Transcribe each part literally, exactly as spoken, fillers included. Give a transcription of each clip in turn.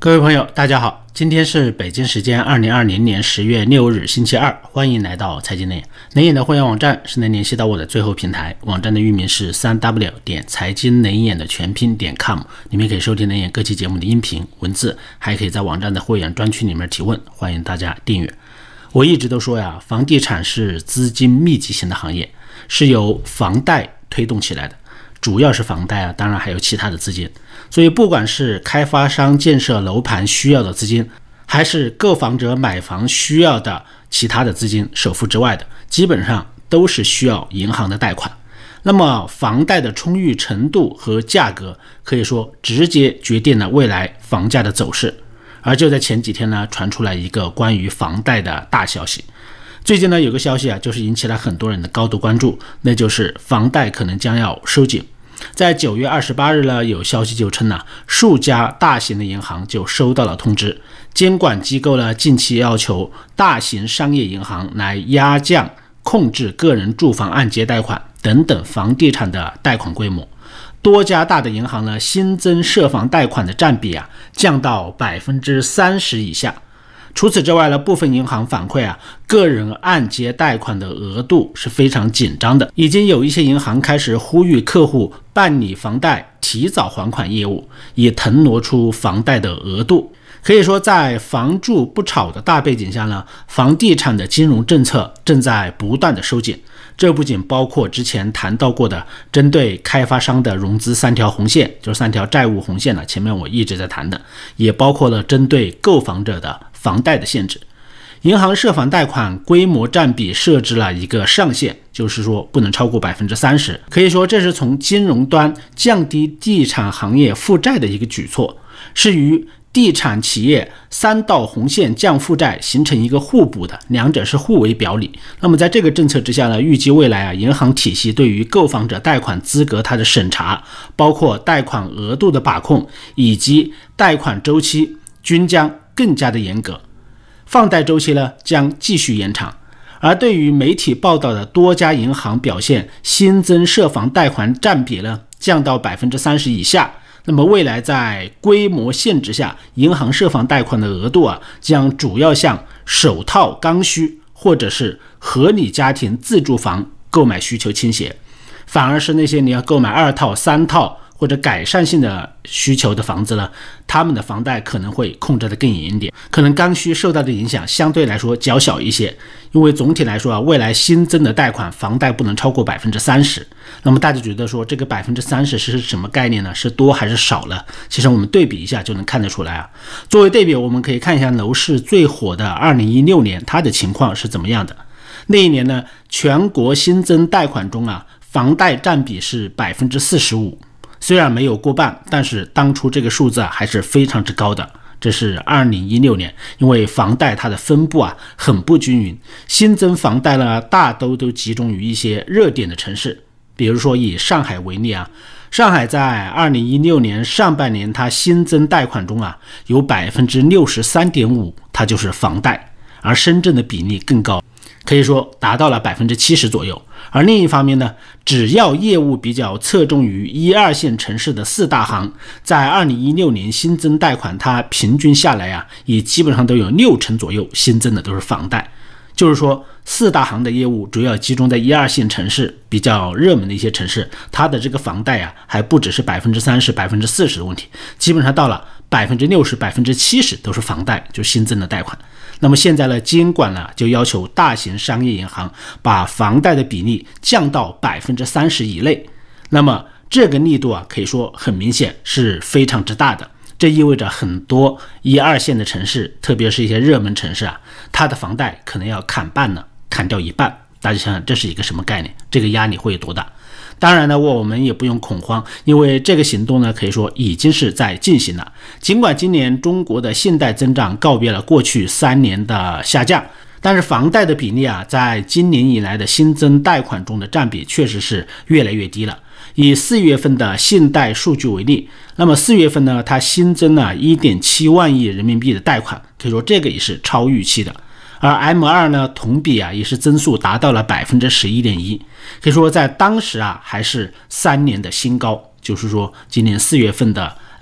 各位朋友，大家好，今天是北京时间二零二零年十月六日星期二，欢迎来到财经能眼。能眼的会员网站是能联系到我的最后平台，网站的域名是 三 w 点财经能眼的全拼点 com， 里面可以收听能眼各期节目的音频文字，还可以在网站的会员专区里面提问，欢迎大家订阅。我一直都说呀，房地产是资金密集型的行业，是由房贷推动起来的，主要是房贷啊，当然还有其他的资金。所以不管是开发商建设楼盘需要的资金，还是购房者买房需要的其他的资金，首付之外的，基本上都是需要银行的贷款。那么房贷的充裕程度和价格，可以说直接决定了未来房价的走势。而就在前几天呢，传出来一个关于房贷的大消息。最近呢，有个消息啊，就是引起了很多人的高度关注，那就是房贷可能将要收紧。在九月二十八日呢，有消息就称呢，数家大型的银行就收到了通知，监管机构呢近期要求大型商业银行来压降控制个人住房按揭贷款等等房地产的贷款规模。多家大的银行呢，新增涉房贷款的占比啊，降到百分之三十以下。除此之外呢，部分银行反馈啊，个人按揭贷款的额度是非常紧张的，已经有一些银行开始呼吁客户办理房贷提早还款业务，以腾挪出房贷的额度。可以说，在房住不炒的大背景下呢，房地产的金融政策正在不断的收紧。这不仅包括之前谈到过的针对开发商的融资三条红线，就是三条债务红线呢，前面我一直在谈的，也包括了针对购房者的房贷的限制。银行涉房贷款规模占比设置了一个上限，就是说不能超过 百分之三十。 可以说这是从金融端降低地产行业负债的一个举措，是与地产企业三道红线降负债形成一个互补的，两者是互为表里。那么在这个政策之下呢，预计未来啊，银行体系对于购房者贷款资格它的审查，包括贷款额度的把控以及贷款周期均将更加的严格，放贷周期呢将继续延长。而对于媒体报道的多家银行表现新增涉房贷款占比呢降到 百分之三十 以下，那么未来在规模限制下，银行涉房贷款的额度啊，将主要向首套刚需或者是合理家庭自住房购买需求倾斜，反而是那些你要购买二套、三套或者改善性的需求的房子呢，他们的房贷可能会控制的更严一点，可能刚需受到的影响相对来说较小一些。因为总体来说啊，未来新增的贷款房贷不能超过 百分之三十。 那么大家觉得说这个 百分之三十 是什么概念呢？是多还是少了？其实我们对比一下就能看得出来啊。作为对比，我们可以看一下楼市最火的二零一六年它的情况是怎么样的。那一年呢，全国新增贷款中啊，房贷占比是 百分之四十五。虽然没有过半，但是当初这个数字啊还是非常之高的。这是二零一六年，因为房贷它的分布啊很不均匀，新增房贷呢大都都集中于一些热点的城市。比如说以上海为例啊，上海在二零一六年上半年它新增贷款中啊有 百分之六十三点五 它就是房贷，而深圳的比例更高，可以说达到了 百分之七十 左右。而另一方面呢，只要业务比较侧重于一二线城市的四大行，在二零一六年新增贷款它平均下来啊，也基本上都有六成左右新增的都是房贷。就是说四大行的业务主要集中在一二线城市比较热门的一些城市，它的这个房贷啊还不只是 百分之三十、百分之四十 的问题，基本上到了 百分之六十、百分之七十 都是房贷，就新增的贷款。那么现在呢，监管呢就要求大型商业银行把房贷的比例降到 百分之三十 以内。那么这个力度啊，可以说很明显是非常之大的。这意味着很多一二线的城市，特别是一些热门城市啊，它的房贷可能要砍半呢，砍掉一半。大家想想这是一个什么概念？这个压力会有多大？当然呢，我们也不用恐慌，因为这个行动呢，可以说已经是在进行了。尽管今年中国的信贷增长告别了过去三年的下降，但是房贷的比例啊，在今年以来的新增贷款中的占比确实是越来越低了。以四月份的信贷数据为例，那么四月份呢，它新增了 一点七万亿人民币的贷款，可以说这个也是超预期的。而 M 二 呢，同比啊也是增速达到了 百分之十一点一， 可以说在当时啊还是三年的新高，就是说今年四月份的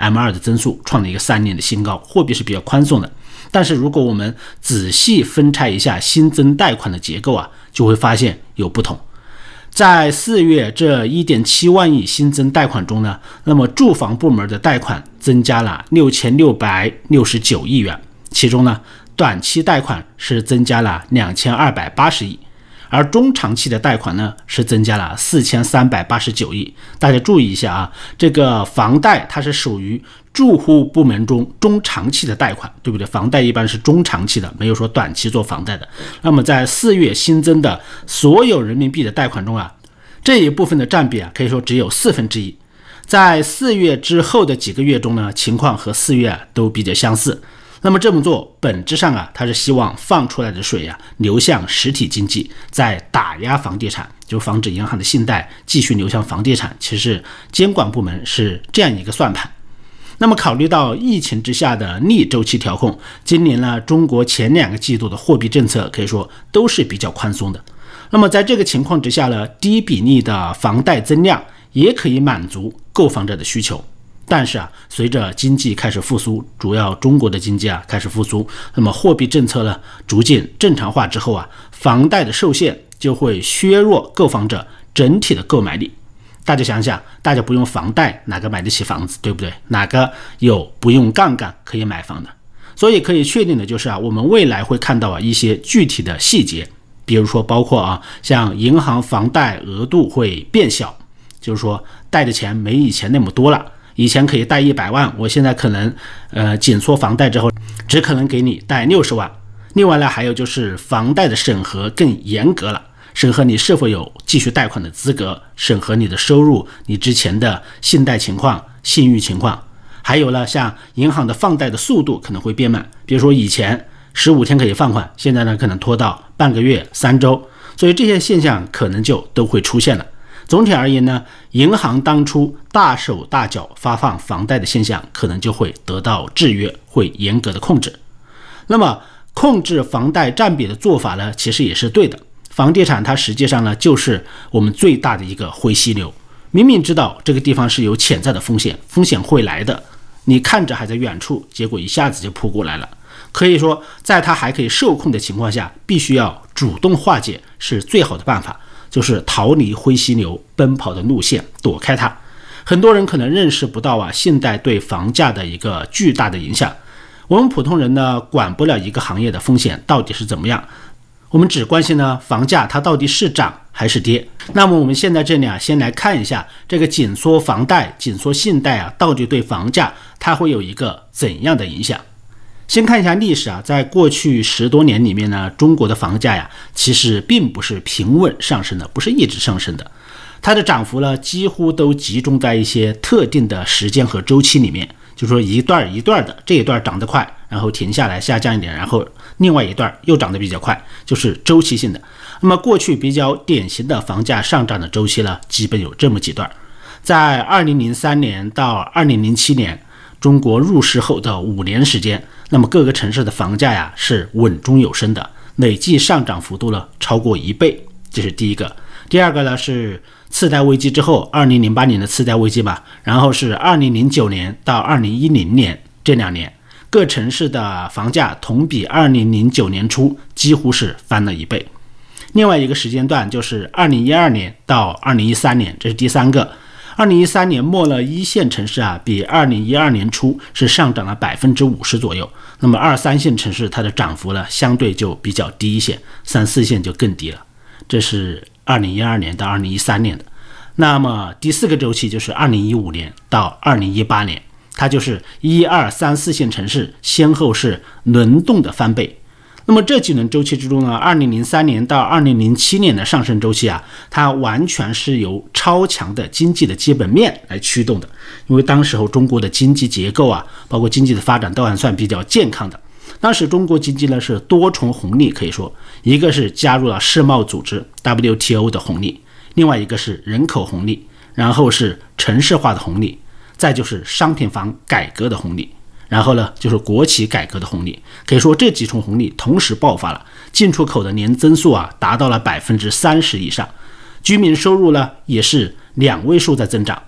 M 二 的增速创了一个三年的新高，货币是比较宽松的。但是如果我们仔细分拆一下新增贷款的结构啊，就会发现有不同。在四月这 一点七万亿新增贷款中呢，那么住房部门的贷款增加了六千六百六十九亿元，其中呢短期贷款是增加了两千二百八十亿，而中长期的贷款呢是增加了四千三百八十九亿。大家注意一下啊，这个房贷它是属于住户部门中中长期的贷款，对不对？房贷一般是中长期的，没有说短期做房贷的。那么在四月新增的所有人民币的贷款中啊，这一部分的占比啊，可以说只有四分之一。在四月之后的几个月中呢，情况和四月啊都比较相似。那么这么做本质上啊，它是希望放出来的水啊流向实体经济，在打压房地产，就防止银行的信贷继续流向房地产。其实监管部门是这样一个算盘。那么考虑到疫情之下的逆周期调控，今年呢，中国前两个季度的货币政策可以说都是比较宽松的。那么在这个情况之下呢，低比例的房贷增量也可以满足购房者的需求。但是啊，随着经济开始复苏，主要中国的经济啊开始复苏，那么货币政策呢逐渐正常化之后啊，房贷的受限就会削弱购房者整体的购买力。大家想想，大家不用房贷，哪个买得起房子，对不对？哪个有不用杠杆可以买房的？所以可以确定的就是啊，我们未来会看到啊一些具体的细节，比如说包括啊，像银行房贷额度会变小，就是说贷的钱没以前那么多了。以前可以贷一百万，我现在可能呃紧缩房贷之后，只可能给你贷六十万。另外呢，还有就是房贷的审核更严格了。审核你是否有继续贷款的资格，审核你的收入，你之前的信贷情况、信誉情况，还有呢，像银行的放贷的速度可能会变慢，比如说以前十五天可以放款，现在呢可能拖到半个月、三周，所以这些现象可能就都会出现了。总体而言呢，银行当初大手大脚发放房贷的现象可能就会得到制约，会严格的控制。那么控制房贷占比的做法呢，其实也是对的。房地产它实际上呢，就是我们最大的一个灰犀牛。明明知道这个地方是有潜在的风险，风险会来的，你看着还在远处，结果一下子就扑过来了。可以说，在它还可以受控的情况下，必须要主动化解是最好的办法，就是逃离灰犀牛奔跑的路线，躲开它。很多人可能认识不到啊，信贷对房价的一个巨大的影响。我们普通人呢，管不了一个行业的风险到底是怎么样。我们只关心呢，房价它到底是涨还是跌。那么我们现在这里啊，先来看一下这个紧缩房贷、紧缩信贷啊，到底对房价它会有一个怎样的影响？先看一下历史啊，在过去十多年里面呢，中国的房价呀，其实并不是平稳上升的，不是一直上升的，它的涨幅呢，几乎都集中在一些特定的时间和周期里面。就是说一段一段的，这一段涨得快，然后停下来下降一点，然后另外一段又涨得比较快，就是周期性的。那么过去比较典型的房价上涨的周期呢，基本有这么几段。在二零零三年到二零零七年，中国入市后的五年时间，那么各个城市的房价呀是稳中有升的，累计上涨幅度呢超过一倍，这是第一个。第二个呢是次贷危机之后，二零零八年的次贷危机吧，然后是二零零九年到二零一零年这两年，各城市的房价同比二零零九年初几乎是翻了一倍。另外一个时间段就是二零一二年到二零一三年，这是第三个。二零一三年末了，一线城市啊，比二零一二年初是上涨了百分之五十左右。那么二三线城市它的涨幅呢，相对就比较低一些，三四线就更低了。这是二零一二年到二零一三年的。那么第四个周期就是二零一五年到二零一八年，它就是一二三四线城市先后是轮动的翻倍。那么这几轮周期之中呢，二零零三年到二零零七年的上升周期啊，它完全是由超强的经济的基本面来驱动的。因为当时候中国的经济结构啊，包括经济的发展都还算比较健康的。当时中国经济呢是多重红利，可以说一个是加入了世贸组织 W T O 的红利，另外一个是人口红利，然后是城市化的红利，再就是商品房改革的红利，然后呢就是国企改革的红利。可以说这几重红利同时爆发了，进出口的年增速啊达到了百分之三十以上，居民收入呢也是两位数在增长，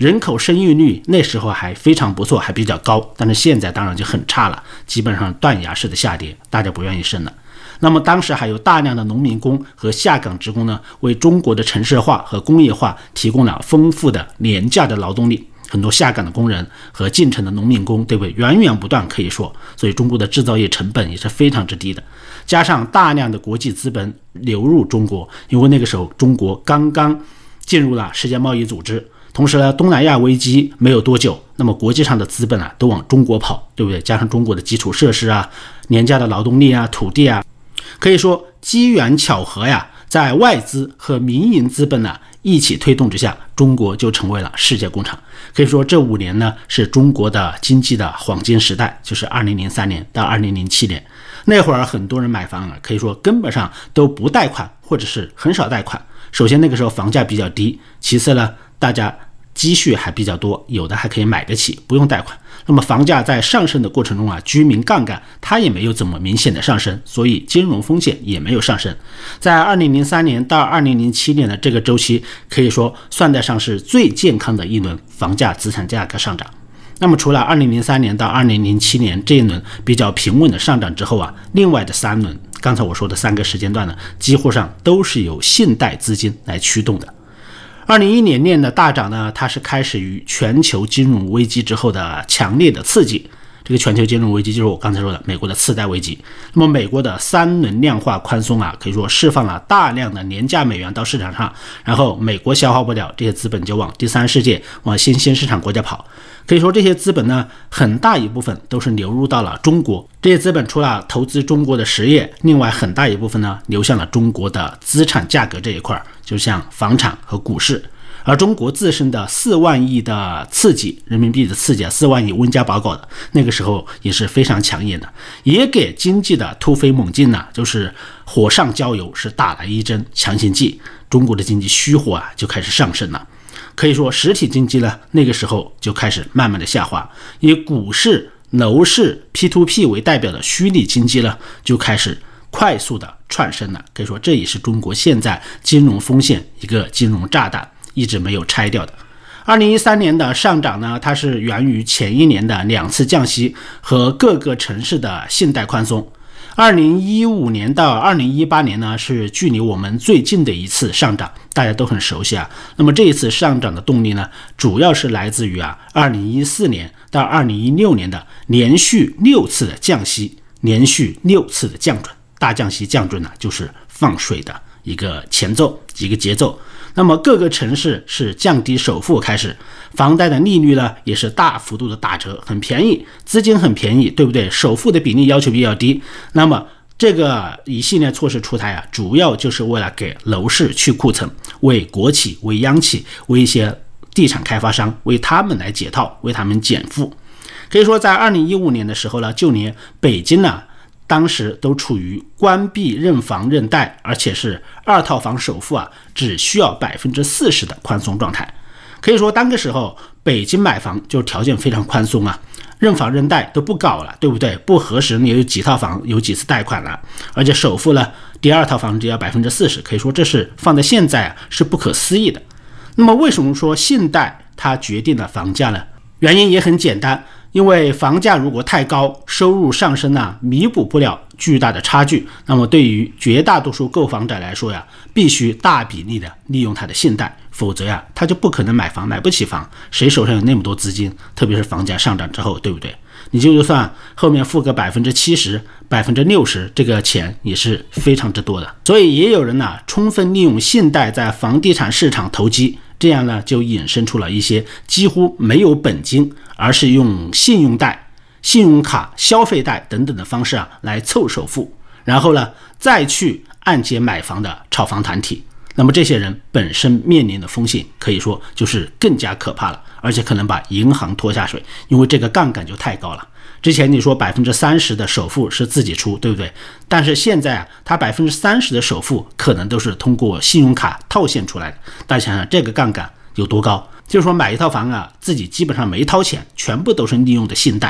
人口生育率那时候还非常不错，还比较高，但是现在当然就很差了，基本上断崖式的下跌，大家不愿意生了。那么当时还有大量的农民工和下岗职工呢，为中国的城市化和工业化提供了丰富的廉价的劳动力。很多下岗的工人和进城的农民工，对不对？源源不断，可以说，所以中国的制造业成本也是非常之低的。加上大量的国际资本流入中国，因为那个时候中国刚刚进入了世界贸易组织，同时呢，东南亚危机没有多久，那么国际上的资本啊都往中国跑，对不对？加上中国的基础设施啊、廉价的劳动力啊、土地啊，可以说机缘巧合呀，在外资和民营资本呢一起推动之下，中国就成为了世界工厂。可以说这五年呢是中国的经济的黄金时代，就是二零零三年到二零零七年。那会儿很多人买房啊，可以说根本上都不贷款，或者是很少贷款。首先那个时候房价比较低，其次呢大家积蓄还比较多，有的还可以买得起，不用贷款。那么房价在上升的过程中啊，居民杠杆它也没有怎么明显的上升，所以金融风险也没有上升。在二零零三年到二零零七年的这个周期，可以说算得上是最健康的一轮房价资产价格上涨。那么除了二零零三年到二零零七年这一轮比较平稳的上涨之后啊，另外的三轮，刚才我说的三个时间段呢，几乎上都是由信贷资金来驱动的。二零一一年的大涨呢，它是开始于全球金融危机之后的强烈的刺激。这个全球金融危机就是我刚才说的美国的次贷危机。那么美国的三轮量化宽松啊，可以说释放了大量的廉价美元到市场上，然后美国消耗不了，这些资本就往第三世界、往新兴市场国家跑。可以说这些资本呢，很大一部分都是流入到了中国。这些资本除了投资中国的实业，另外很大一部分呢流向了中国的资产价格这一块，就像房产和股市。而中国自身的四万亿的刺激，人民币的刺激啊，四万亿温家宝搞的，那个时候也是非常抢眼的，也给经济的突飞猛进呢、啊，就是火上浇油，是打了一针强心剂。中国的经济虚火啊就开始上升了。可以说实体经济呢，那个时候就开始慢慢的下滑，以股市、楼市、P to P 为代表的虚拟经济呢，就开始快速的窜升了。可以说这也是中国现在金融风险一个金融炸弹，一直没有拆掉的。二零一三年的上涨呢，它是源于前一年的两次降息和各个城市的信贷宽松。二零一五年到二零一八年呢，是距离我们最近的一次上涨，大家都很熟悉啊。那么这一次上涨的动力呢，主要是来自于啊二零一四年到二零一六年的连续六次的降息，连续六次的降准。大降息降准呢，就是放水的一个前奏，一个节奏。那么各个城市是降低首付开始，房贷的利率呢也是大幅度的打折，很便宜，资金很便宜，对不对？首付的比例要求比较低。那么这个一系列措施出台啊，主要就是为了给楼市去库存，为国企、为央企、为一些地产开发商，为他们来解套，为他们减负。可以说在二零一五年的时候呢，就连北京呢当时都处于关闭认房认贷，而且是二套房首付啊只需要百分之四十的宽松状态。可以说当个时候北京买房就条件非常宽松啊，认房认贷都不搞了，对不对？不核实你有几套房，有几次贷款了，而且首付呢，第二套房只要百分之四十，可以说这是放在现在啊是不可思议的。那么为什么说信贷它决定了房价呢？原因也很简单。因为房价如果太高，收入上升呢，弥补不了巨大的差距。那么对于绝大多数购房者来说呀，必须大比例的利用他的信贷，否则呀，他就不可能买房，买不起房。谁手上有那么多资金？特别是房价上涨之后，对不对？你就算后面付个百分之七十、百分之六十，这个钱也是非常之多的。所以也有人呢，充分利用信贷在房地产市场投机。这样呢，就衍生出了一些几乎没有本金，而是用信用贷、信用卡、消费贷等等的方式啊来凑首付，然后呢再去按揭买房的炒房团体。那么这些人本身面临的风险可以说就是更加可怕了，而且可能把银行拖下水，因为这个杠杆就太高了。之前你说百分之三十的首付是自己出，对不对？但是现在啊，它百分之三十的首付可能都是通过信用卡套现出来的。大家想想这个杠杆有多高？就是说买一套房啊，自己基本上没掏钱，全部都是利用的信贷。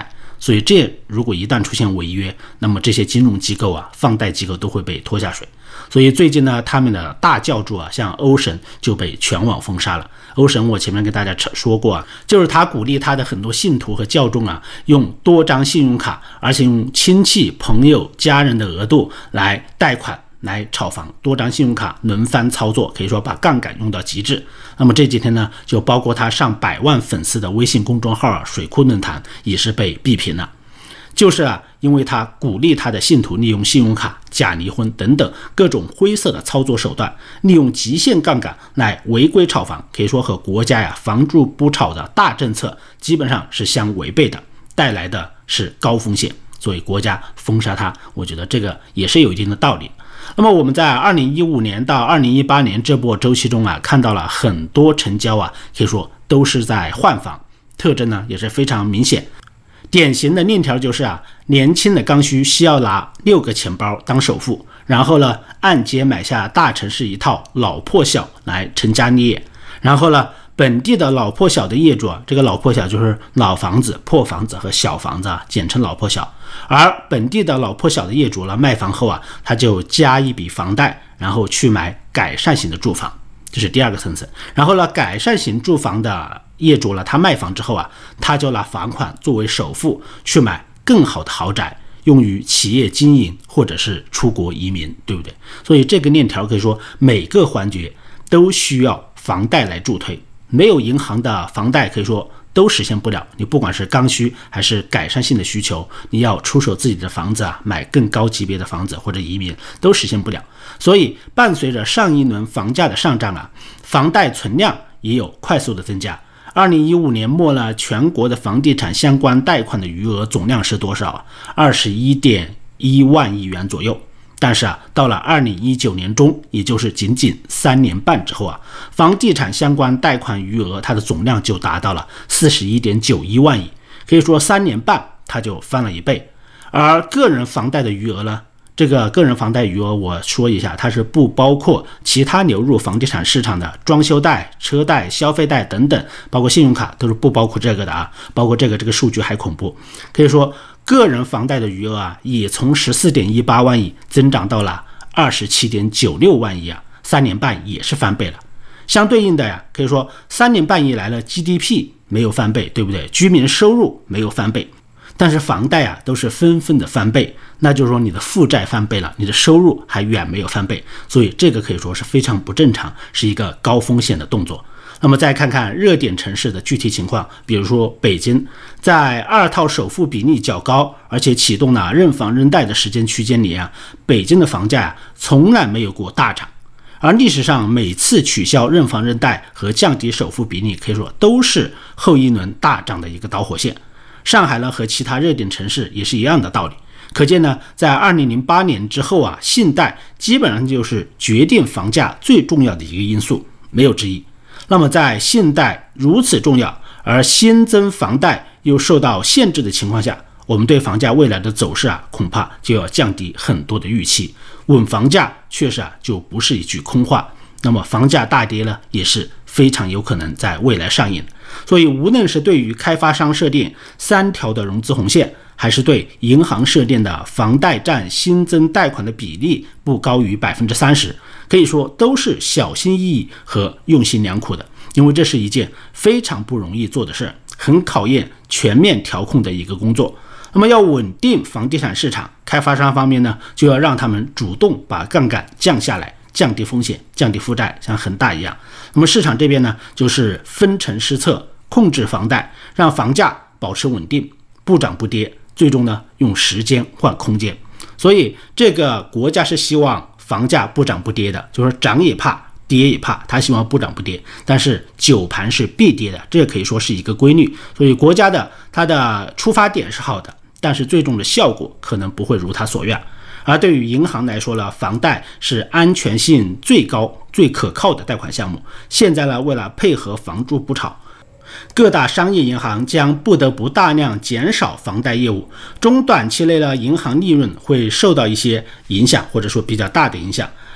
所以这如果一旦出现违约，那么这些金融机构啊、放贷机构都会被拖下水。所以最近呢，他们的大教主啊，像欧神就被全网封杀了。欧神我前面跟大家说过啊，就是他鼓励他的很多信徒和教众啊，用多张信用卡，而且用亲戚、朋友、家人的额度来贷款来炒房，多张信用卡轮番操作，可以说把杠杆用到极致。那么这几天呢，就包括他上百万粉丝的微信公众号啊，水库论坛也是被闭屏了。就是啊，因为他鼓励他的信徒利用信用卡、假离婚等等各种灰色的操作手段，利用极限杠杆来违规炒房，可以说和国家呀房住不炒的大政策基本上是相违背的，带来的是高风险，所以国家封杀他，我觉得这个也是有一定的道理。那么我们在二零一五年到二零一八年这波周期中啊，看到了很多成交啊，可以说都是在换房，特征呢也是非常明显。典型的链条就是啊，年轻的刚需需要拿六个钱包当首付，然后呢按揭买下大城市一套老破小来成家立业，然后呢本地的老破小的业主啊，这个老破小就是老房子、破房子和小房子啊，简称老破小。而本地的老破小的业主了，卖房后啊，他就加一笔房贷，然后去买改善型的住房，这是第二个层次。然后呢，改善型住房的业主了，他卖房之后啊，他就拿房款作为首付去买更好的豪宅，用于企业经营或者是出国移民，对不对？所以这个链条可以说每个环节都需要房贷来助推，没有银行的房贷可以说都实现不了。你不管是刚需还是改善性的需求，你要出手自己的房子啊，买更高级别的房子或者移民都实现不了。所以伴随着上一轮房价的上涨啊，房贷存量也有快速的增加。二零一五年末呢，全国的房地产相关贷款的余额总量是多少啊？ 二十一点一万亿元左右。但是啊，到了二零一九年中，也就是仅仅三年半之后啊，房地产相关贷款余额它的总量就达到了四十一点九一万亿，可以说三年半它就翻了一倍。而个人房贷的余额呢，这个个人房贷余额我说一下，它是不包括其他流入房地产市场的装修贷、车贷、消费贷等等，包括信用卡都是不包括这个的啊。包括这个这个数据还恐怖，可以说个人房贷的余额啊，也从 十四点一八万亿增长到了 二十七点九六万亿啊，三年半也是翻倍了。相对应的呀，可以说三年半以来呢 G D P 没有翻倍，对不对？居民收入没有翻倍，但是房贷啊都是纷纷的翻倍，那就是说你的负债翻倍了，你的收入还远没有翻倍，所以这个可以说是非常不正常，是一个高风险的动作。那么再看看热点城市的具体情况，比如说北京，在二套首付比例较高，而且启动了认房认贷的时间区间里啊，北京的房价啊从来没有过大涨，而历史上每次取消认房认贷和降低首付比例，可以说都是后一轮大涨的一个导火线。上海呢和其他热点城市也是一样的道理。可见呢，在二零零八年之后啊，信贷基本上就是决定房价最重要的一个因素，没有之一。那么在信贷如此重要，而新增房贷又受到限制的情况下，我们对房价未来的走势啊，恐怕就要降低很多的预期。稳房价确实啊，就不是一句空话。那么房价大跌呢，也是非常有可能在未来上演。所以无论是对于开发商设定三条的融资红线，还是对银行设定的房贷占新增贷款的比例不高于 百分之三十， 可以说都是小心翼翼和用心良苦的，因为这是一件非常不容易做的事，很考验全面调控的一个工作。那么要稳定房地产市场，开发商方面呢，就要让他们主动把杠杆降下来，降低风险，降低负债，像恒大一样。那么市场这边呢，就是分层施策，控制房贷，让房价保持稳定，不涨不跌，最终呢用时间换空间。所以这个国家是希望房价不涨不跌的，就是涨也怕跌也怕，他希望不涨不跌，但是久盘是必跌的，这可以说是一个规律。所以国家的它的出发点是好的，但是最终的效果可能不会如他所愿。而对于银行来说呢，房贷是安全性最高最可靠的贷款项目。现在呢，为了配合房住不炒，各大商业银行将不得不大量减少房贷业务，中短期内呢，银行利润会受到一些影响，或者说比较大的影响。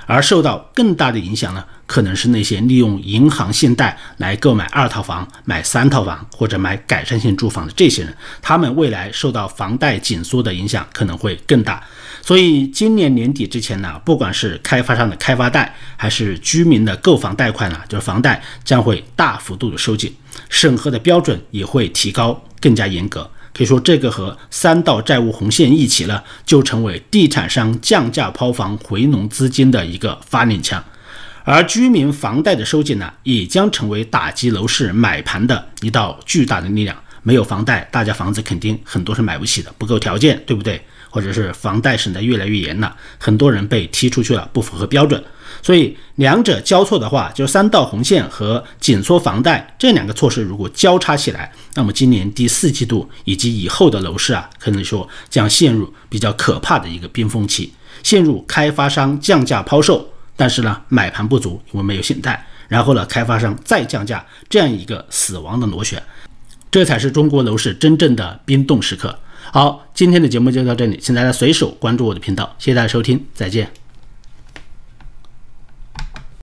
而受到更大的影响呢，可能是那些利用银行信贷来购买二套房、买三套房或者买改善性住房的这些人，他们未来受到房贷紧缩的影响可能会更大。所以今年年底之前呢，不管是开发商的开发贷还是居民的购房贷款呢，就是房贷将会大幅度的收紧，审核的标准也会提高，更加严格。可以说这个和三道债务红线一起了，就成为地产商降价抛房回笼资金的一个发令枪。而居民房贷的收紧呢，也将成为打击楼市买盘的一道巨大的力量。没有房贷，大家房子肯定很多是买不起的，不够条件，对不对？或者是房贷审得越来越严了，很多人被踢出去了，不符合标准。所以两者交错的话，就是三道红线和紧缩房贷这两个措施如果交叉起来，那么今年第四季度以及以后的楼市啊，可能说将陷入比较可怕的一个冰封期，陷入开发商降价抛售，但是呢买盘不足，因为没有信贷，然后呢开发商再降价，这样一个死亡的螺旋，这才是中国楼市真正的冰冻时刻。好，今天的节目就到这里，请大家随手关注我的频道，谢谢大家收听，再见。